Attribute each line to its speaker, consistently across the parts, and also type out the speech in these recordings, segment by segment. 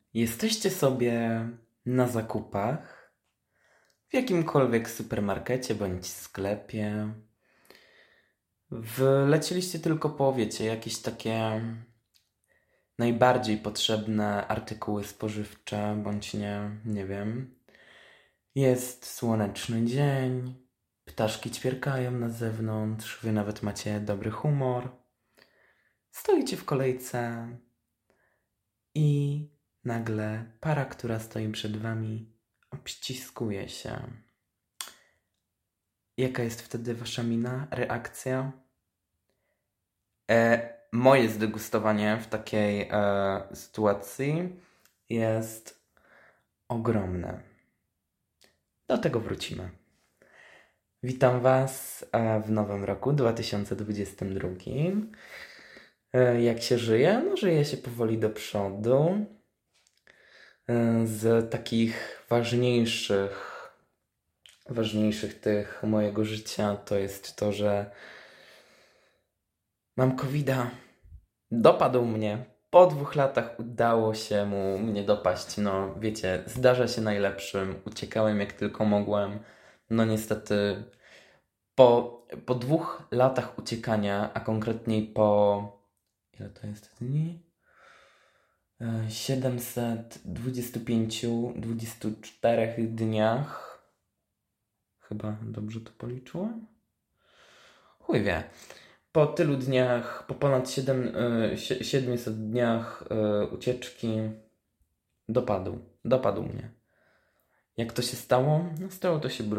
Speaker 1: Jesteście sobie na zakupach w jakimkolwiek supermarkecie bądź sklepie. Wlecieliście tylko po, wiecie, jakieś takie najbardziej potrzebne artykuły spożywcze, bądź nie wiem. Jest słoneczny dzień, ptaszki ćwierkają na zewnątrz, wy nawet macie dobry humor. Stoicie w kolejce i nagle para, która stoi przed wami, obściskuje się. Jaka jest wtedy wasza mina, reakcja? Moje zdegustowanie w takiej sytuacji jest ogromne. Do tego wrócimy. Witam was w nowym roku 2022. Jak się żyje? No, żyje się powoli do przodu. Z takich ważniejszych tych mojego życia to jest to, że mam COVID-a. Dopadł mnie. Po 2 latach udało się mnie dopaść. No, wiecie, zdarza się najlepszym. Uciekałem jak tylko mogłem. No niestety po 2 latach uciekania, a konkretniej po... Ile to jest dni? 725-24 dniach. Chyba dobrze to policzyłem? Chuj wie. Po tylu dniach, po ponad 700 dniach ucieczki dopadł mnie. Jak to się stało? No, stało to się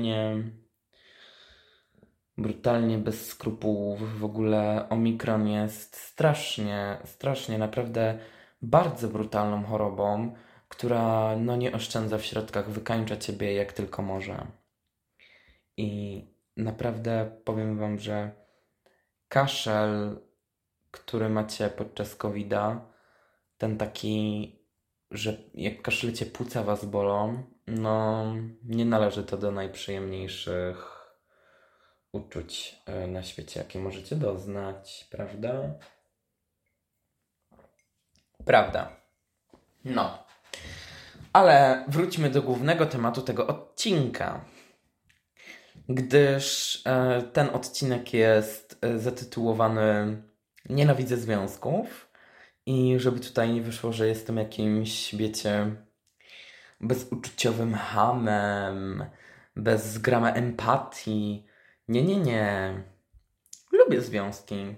Speaker 1: brutalnie, bez skrupułów. W ogóle Omikron jest strasznie, naprawdę bardzo brutalną chorobą, która no nie oszczędza w środkach, wykańcza ciebie jak tylko może. I naprawdę powiem wam, że kaszel, który macie podczas COVID-a, ten taki, że jak kaszlecie, płuca was bolą, no nie należy to do najprzyjemniejszych uczuć na świecie, jakie możecie doznać, prawda? Prawda. No. Ale wróćmy do głównego tematu tego odcinka. Gdyż ten odcinek jest zatytułowany Nienawidzę związków i żeby tutaj nie wyszło, że jestem jakimś, wiecie, bezuczuciowym hamem, bez grama empatii. Nie. Lubię związki.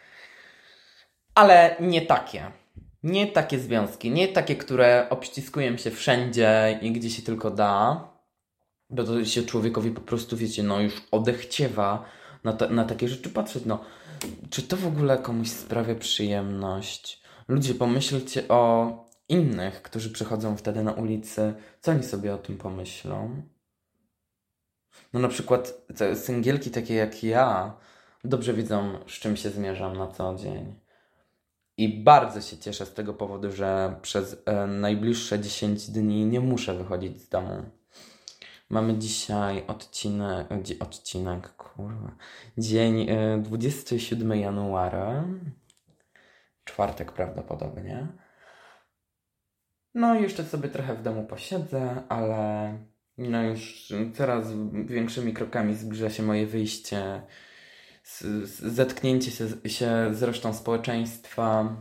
Speaker 1: Ale nie takie. Nie takie związki. Nie takie, które obściskują się wszędzie i gdzie się tylko da. Bo to się człowiekowi po prostu, wiecie, no już odechciewa na takie rzeczy patrzeć. No, czy to w ogóle komuś sprawia przyjemność? Ludzie, pomyślcie o innych, którzy przechodzą wtedy na ulicy. Co oni sobie o tym pomyślą? No na przykład te singielki takie jak ja dobrze wiedzą, z czym się zmierzam na co dzień. I bardzo się cieszę z tego powodu, że przez najbliższe 10 dni nie muszę wychodzić z domu. Mamy dzisiaj odcinek, kurwa. Dzień 27 januara. Czwartek prawdopodobnie. No jeszcze sobie trochę w domu posiedzę, ale no już coraz większymi krokami zbliża się moje wyjście, zetknięcie się z resztą społeczeństwa.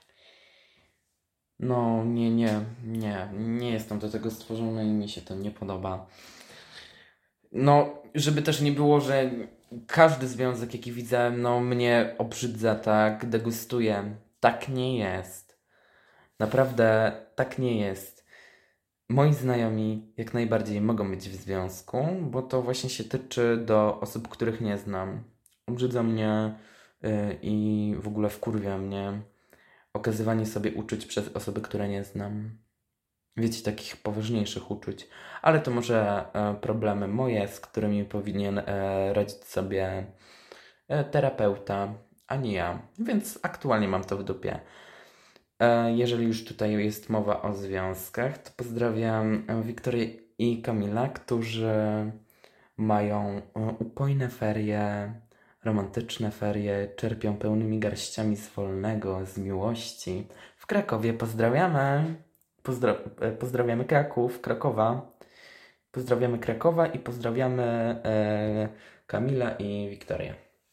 Speaker 1: No nie jestem do tego stworzony i mi się to nie podoba. No, żeby też nie było, że każdy związek, jaki widzę, no mnie obrzydza, tak, degustuje. Tak nie jest. Naprawdę tak nie jest. Moi znajomi jak najbardziej mogą być w związku, bo to właśnie się tyczy do osób, których nie znam. Obrzydza mnie i w ogóle wkurwia mnie okazywanie sobie uczuć przez osoby, które nie znam. Wiecie, takich poważniejszych uczuć. Ale to może problemy moje, z którymi powinien radzić sobie terapeuta, a nie ja. Więc aktualnie mam to w dupie. Jeżeli już tutaj jest mowa o związkach, to pozdrawiam Wiktorię i Kamila, którzy mają upojne ferie, romantyczne ferie, czerpią pełnymi garściami z wolnego, z miłości. W Krakowie pozdrawiamy! Pozdrawiamy Krakowa. Pozdrawiamy Krakowa i pozdrawiamy Kamila i Wiktorię.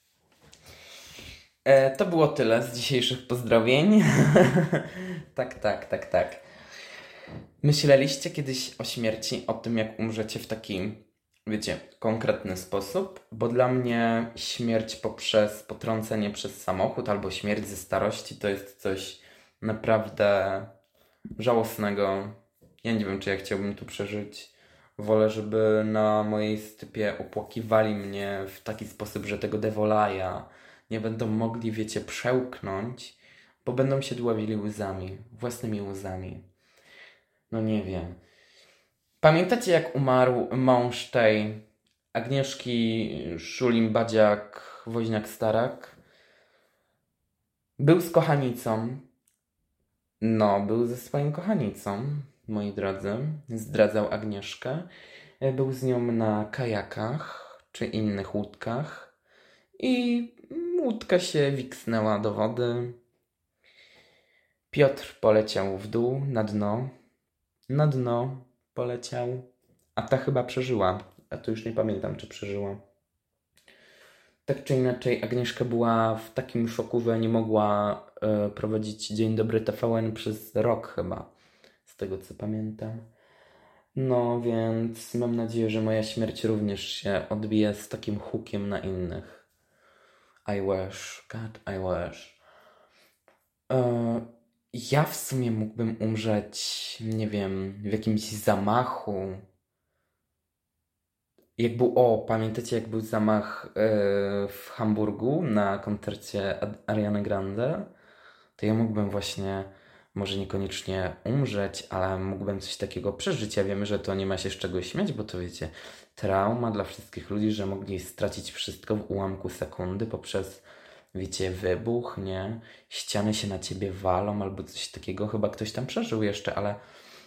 Speaker 1: To było tyle z dzisiejszych pozdrowień. Tak. Myśleliście kiedyś o śmierci, o tym, jak umrzecie w taki, wiecie, konkretny sposób? Bo dla mnie śmierć poprzez potrącenie przez samochód albo śmierć ze starości to jest coś naprawdę żałosnego. Ja nie wiem, czy ja chciałbym to przeżyć. Wolę, żeby na mojej stypie opłakiwali mnie w taki sposób, że tego Devolaja nie będą mogli, wiecie, przełknąć, bo będą się dławili łzami, własnymi łzami. No nie wiem. Pamiętacie, jak umarł mąż tej Agnieszki Szulim-Badziak-Woźniak-Starak? Był z kochanicą. No, był ze swoją kochanicą, moi drodzy. Zdradzał Agnieszkę. Był z nią na kajakach czy innych łódkach. I łódka się wiksnęła do wody. Piotr poleciał w dół, na dno. Na dno poleciał. A ta chyba przeżyła. A to już nie pamiętam, czy przeżyła. Tak czy inaczej, Agnieszka była w takim szoku, że nie mogła prowadzić Dzień Dobry TVN przez rok chyba. Z tego co pamiętam. No więc mam nadzieję, że moja śmierć również się odbije z takim hukiem na innych. I wish, God, I wish. Ja w sumie mógłbym umrzeć, nie wiem, w jakimś zamachu. Pamiętacie jak był zamach w Hamburgu na koncercie Ariany Grande? To ja mógłbym właśnie, może niekoniecznie umrzeć, ale mógłbym coś takiego przeżyć. Ja wiem, że to nie ma się z czego śmiać, bo to wiecie, trauma dla wszystkich ludzi, że mogli stracić wszystko w ułamku sekundy poprzez, wiecie, wybuch, nie? Ściany się na ciebie walą albo coś takiego. Chyba ktoś tam przeżył jeszcze, ale...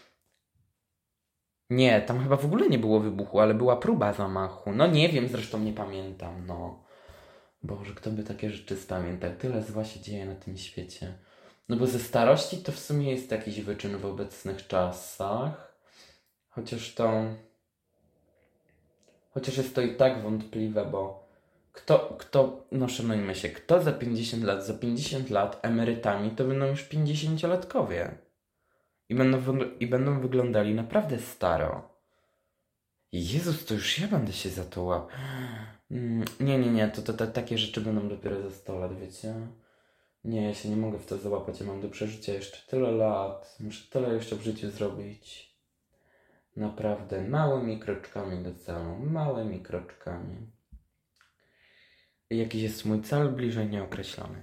Speaker 1: Nie, tam chyba w ogóle nie było wybuchu, ale była próba zamachu. No nie wiem, zresztą nie pamiętam, no. Boże, kto by takie rzeczy spamiętał? Tyle zła się dzieje na tym świecie. No bo ze starości to w sumie jest jakiś wyczyn w obecnych czasach. Chociaż jest to i tak wątpliwe, bo no szanujmy się, kto za 50 lat, emerytami to będą już 50-latkowie. I będą wyglądali naprawdę staro. Jezus, to już ja będę się za to łapał. Nie, to takie rzeczy będą dopiero za 100 lat, wiecie? Nie, ja się nie mogę w to załapać, ja mam do przeżycia jeszcze tyle lat, muszę tyle jeszcze w życiu zrobić. Naprawdę, małymi kroczkami do celu, małymi kroczkami. Jaki jest mój cel? Bliżej nieokreślony.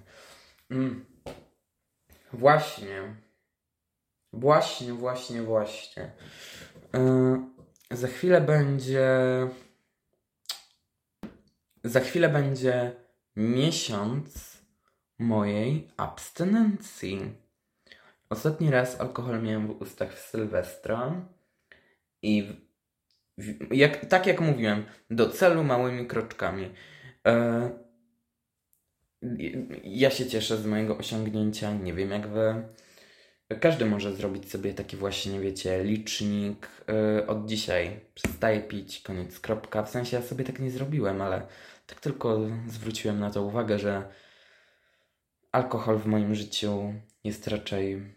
Speaker 1: Właśnie. Za chwilę będzie miesiąc mojej abstynencji. Ostatni raz alkohol miałem w ustach w Sylwestra i tak jak mówiłem, do celu małymi kroczkami. Ja się cieszę z mojego osiągnięcia, nie wiem jak wy. Każdy może zrobić sobie taki właśnie, wiecie, licznik. Od dzisiaj przestaję pić, koniec, kropka. W sensie ja sobie tak nie zrobiłem, ale tak tylko zwróciłem na to uwagę, że alkohol w moim życiu jest raczej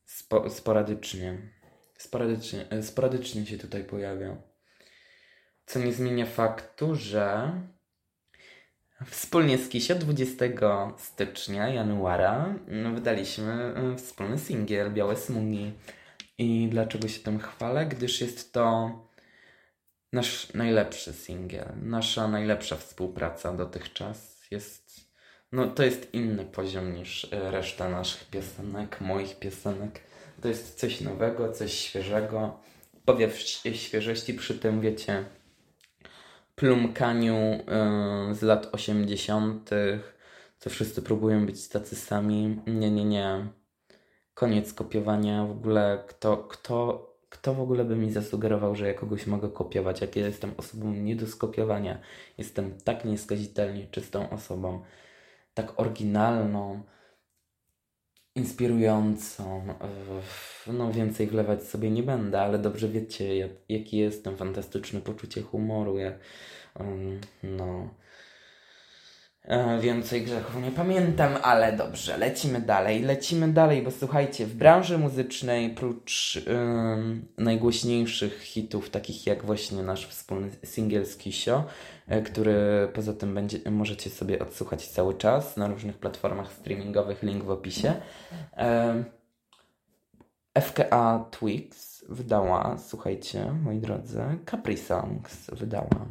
Speaker 1: sporadycznie się tutaj pojawia. Co nie zmienia faktu, że wspólnie z Kisio 20 stycznia, januara wydaliśmy wspólny singiel Białe Smugi. I dlaczego się tym chwalę? Gdyż jest to nasz najlepszy singiel, nasza najlepsza współpraca dotychczas. To jest inny poziom niż reszta naszych piosenek, moich piosenek. To jest coś nowego, coś świeżego. Powiew świeżości przy tym, wiecie, plumkaniu z lat 80., co wszyscy próbują być tacy sami. Nie. Koniec kopiowania. W ogóle kto w ogóle by mi zasugerował, że ja kogoś mogę kopiować, jak ja jestem osobą nie do skopiowania. Jestem tak nieskazitelnie czystą osobą, tak oryginalną. inspirującą. No więcej wlewać sobie nie będę, ale dobrze wiecie, jaki jestem, fantastyczne poczucie humoru. No. Więcej grzechów nie pamiętam, ale dobrze, lecimy dalej, bo słuchajcie, w branży muzycznej, prócz najgłośniejszych hitów, takich jak właśnie nasz wspólny singiel z Kisio, który poza tym możecie sobie odsłuchać cały czas na różnych platformach streamingowych, link w opisie. FKA Twigs wydała, słuchajcie, moi drodzy, Capri Songs wydała.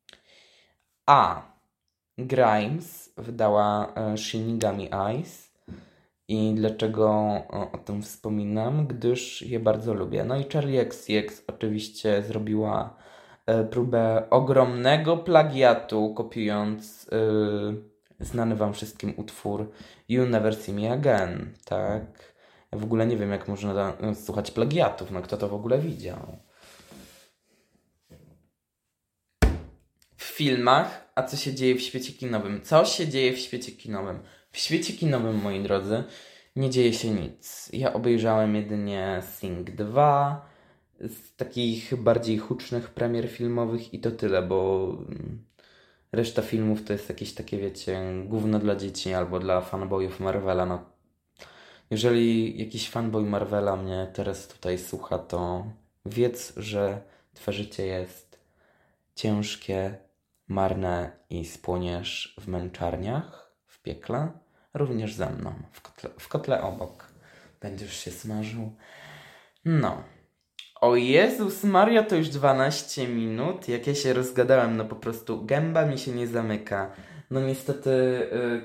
Speaker 1: A Grimes wydała Shinigami Eyes. I dlaczego o tym wspominam? Gdyż je bardzo lubię. No i Charli XCX oczywiście zrobiła próbę ogromnego plagiatu, kopiując znany wam wszystkim utwór You Never See Me Again, tak? Ja w ogóle nie wiem, jak można słuchać plagiatów, no kto to w ogóle widział? W filmach, a co się dzieje w świecie kinowym? Co się dzieje w świecie kinowym? W świecie kinowym, moi drodzy, nie dzieje się nic. Ja obejrzałem jedynie Sing 2 z takich bardziej hucznych premier filmowych i to tyle, bo reszta filmów to jest jakieś takie, wiecie, gówno dla dzieci albo dla fanboyów Marvela. No, jeżeli jakiś fanboy Marvela mnie teraz tutaj słucha, to wiedz, że twoje życie jest ciężkie, marne i spłoniesz w męczarniach, w piekle, również ze mną, w kotle obok. Będziesz się smażył. No. O Jezus Maria, to już 12 minut. Jak ja się rozgadałem, no po prostu gęba mi się nie zamyka. No niestety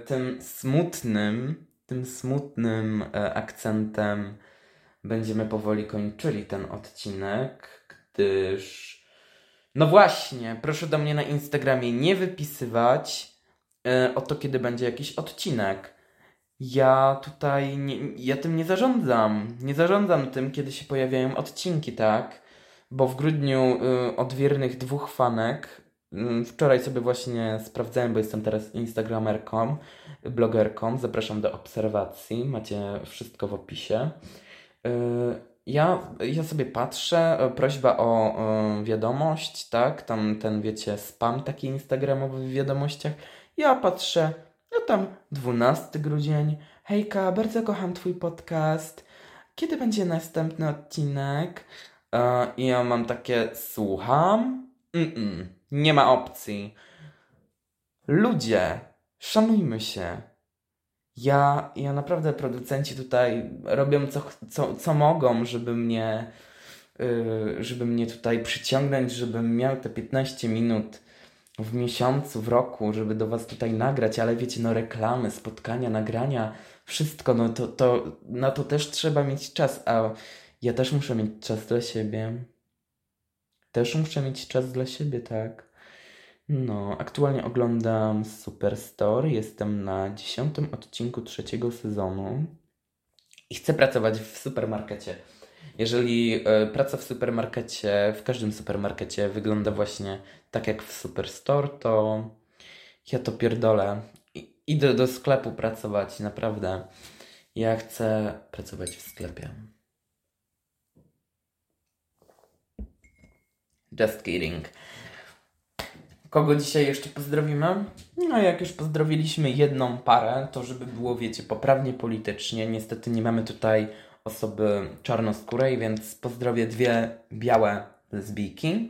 Speaker 1: tym smutnym akcentem będziemy powoli kończyli ten odcinek, gdyż... No właśnie, proszę do mnie na Instagramie nie wypisywać o to, kiedy będzie jakiś odcinek. Ja tutaj ja tym nie zarządzam. Nie zarządzam tym, kiedy się pojawiają odcinki, tak? Bo w grudniu od wiernych 2 fanek, wczoraj sobie właśnie sprawdzałem, bo jestem teraz instagramerką, blogerką, zapraszam do obserwacji, macie wszystko w opisie. Ja sobie patrzę, prośba o wiadomość, tak? Tam wiecie, spam taki instagramowy w wiadomościach. Ja patrzę, no tam 12 grudzień. Hejka, bardzo kocham twój podcast. Kiedy będzie następny odcinek? I ja mam takie, słucham? Nie ma opcji. Ludzie, szanujmy się. Ja naprawdę, producenci tutaj robią co mogą, żeby mnie tutaj przyciągnąć, żebym miał te 15 minut w miesiącu, w roku, żeby do was tutaj nagrać, ale wiecie, no reklamy, spotkania, nagrania, wszystko, no to na to też trzeba mieć czas, a ja też muszę mieć czas dla siebie. Też muszę mieć czas dla siebie, tak? No, aktualnie oglądam Superstore, jestem na 10. odcinku 3. sezonu i chcę pracować w supermarkecie. Jeżeli praca w supermarkecie, w każdym supermarkecie wygląda właśnie tak jak w Superstore, to ja to pierdolę. Idę do sklepu pracować, naprawdę. Ja chcę pracować w sklepie. Just kidding. Kogo dzisiaj jeszcze pozdrowimy? No jak już pozdrowiliśmy jedną parę, to żeby było, wiecie, poprawnie politycznie. Niestety nie mamy tutaj osoby czarnoskórej, więc pozdrowię 2 białe lesbijki.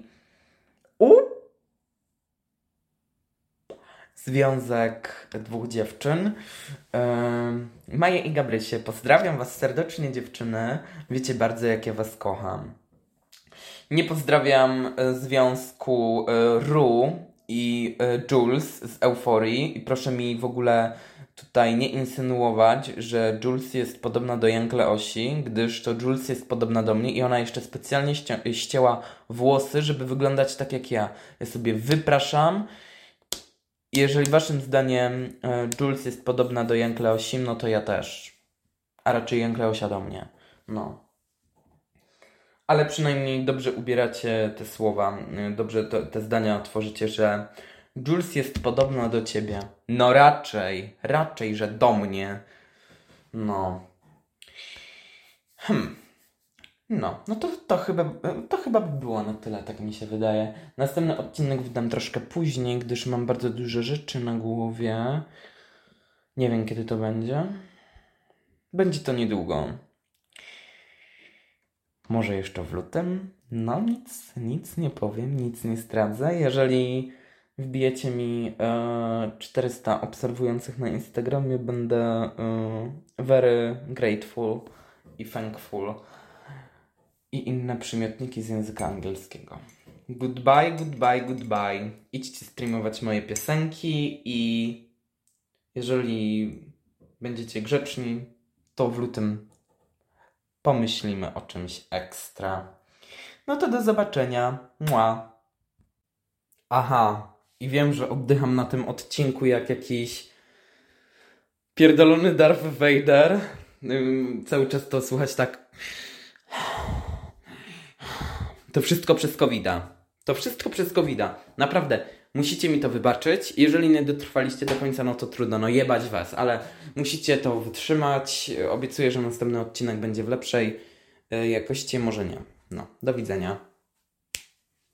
Speaker 1: Związek 2 dziewczyn. Maję i Gabrysię. Pozdrawiam was serdecznie, dziewczyny. Wiecie bardzo, jak ja was kocham. Nie pozdrawiam związku Ru i Jules z Euforii i proszę mi w ogóle tutaj nie insynuować, że Jules jest podobna do Young Leosi, gdyż to Jules jest podobna do mnie i ona jeszcze specjalnie ścięła włosy, żeby wyglądać tak jak ja. Ja sobie wypraszam. Jeżeli waszym zdaniem Jules jest podobna do Young Leosi, no to ja też. A raczej Young Leosia do mnie. No. Ale przynajmniej dobrze ubieracie te słowa, dobrze te zdania tworzycie, że Jules jest podobna do ciebie. No raczej, że do mnie. No. No to chyba by było na tyle, tak mi się wydaje. Następny odcinek wydam troszkę później, gdyż mam bardzo dużo rzeczy na głowie. Nie wiem, kiedy to będzie. Będzie to niedługo. Może jeszcze w lutym? No nic nie powiem, nic nie zdradzę. Jeżeli wbijecie mi 400 obserwujących na Instagramie, będę very grateful i thankful i inne przymiotniki z języka angielskiego. Goodbye. Idźcie streamować moje piosenki i jeżeli będziecie grzeczni, to w lutym pomyślimy o czymś ekstra. No to do zobaczenia. Mua. Aha, i wiem, że oddycham na tym odcinku jak jakiś pierdolony Darth Vader. Cały czas to słuchać tak. To wszystko przez COVID-a. Naprawdę, musicie mi to wybaczyć. Jeżeli nie dotrwaliście do końca, no to trudno, no jebać was, ale musicie to wytrzymać. Obiecuję, że następny odcinek będzie w lepszej jakości, może nie. No, do widzenia.